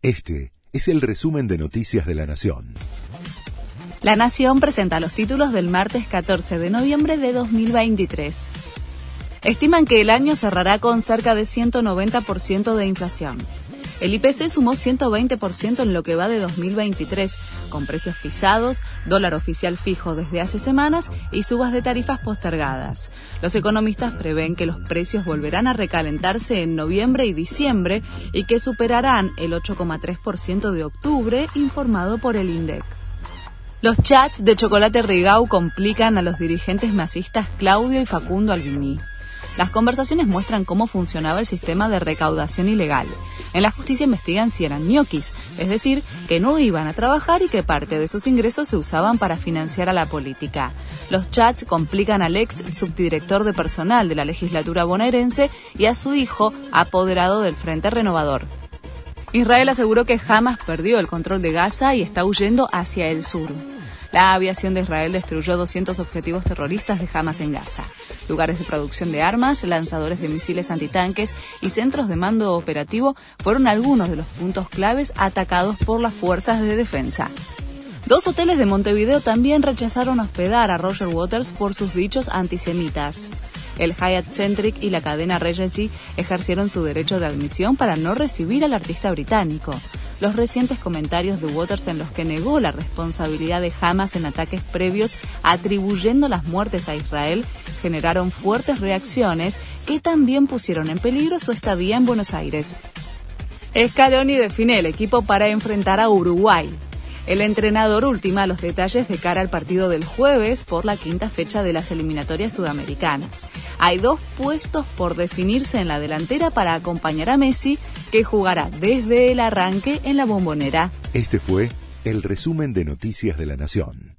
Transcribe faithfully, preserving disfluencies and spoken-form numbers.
Este es el resumen de Noticias de la Nación. La Nación presenta los títulos del martes catorce de noviembre de dos mil veintitrés. Estiman que el año cerrará con cerca de ciento noventa por ciento de inflación. El I P C sumó ciento veinte por ciento en lo que va de dos mil veintitrés, con precios pisados, dólar oficial fijo desde hace semanas y subas de tarifas postergadas. Los economistas prevén que los precios volverán a recalentarse en noviembre y diciembre y que superarán el ocho coma tres por ciento de octubre, informado por el INDEC. Los chats de Chocolate Rigau complican a los dirigentes masistas Claudio y Facundo Alguiní. Las conversaciones muestran cómo funcionaba el sistema de recaudación ilegal. En la justicia investigan si eran ñoquis, es decir, que no iban a trabajar y que parte de sus ingresos se usaban para financiar a la política. Los chats complican al ex subdirector de personal de la legislatura bonaerense y a su hijo, apoderado del Frente Renovador. Israel aseguró que Hamas perdió el control de Gaza y está huyendo hacia el sur. La aviación de Israel destruyó doscientos objetivos terroristas de Hamas en Gaza. Lugares de producción de armas, lanzadores de misiles antitanques y centros de mando operativo fueron algunos de los puntos claves atacados por las fuerzas de defensa. Dos hoteles de Montevideo también rechazaron hospedar a Roger Waters por sus dichos antisemitas. El Hyatt Centric y la cadena Regency ejercieron su derecho de admisión para no recibir al artista británico. Los recientes comentarios de Waters en los que negó la responsabilidad de Hamas en ataques previos atribuyendo las muertes a Israel generaron fuertes reacciones que también pusieron en peligro su estadía en Buenos Aires. Scaloni define el equipo para enfrentar a Uruguay. El entrenador ultima los detalles de cara al partido del jueves por la quinta fecha de las eliminatorias sudamericanas. Hay dos puestos por definirse en la delantera para acompañar a Messi, que jugará desde el arranque en la Bombonera. Este fue el resumen de Noticias de la Nación.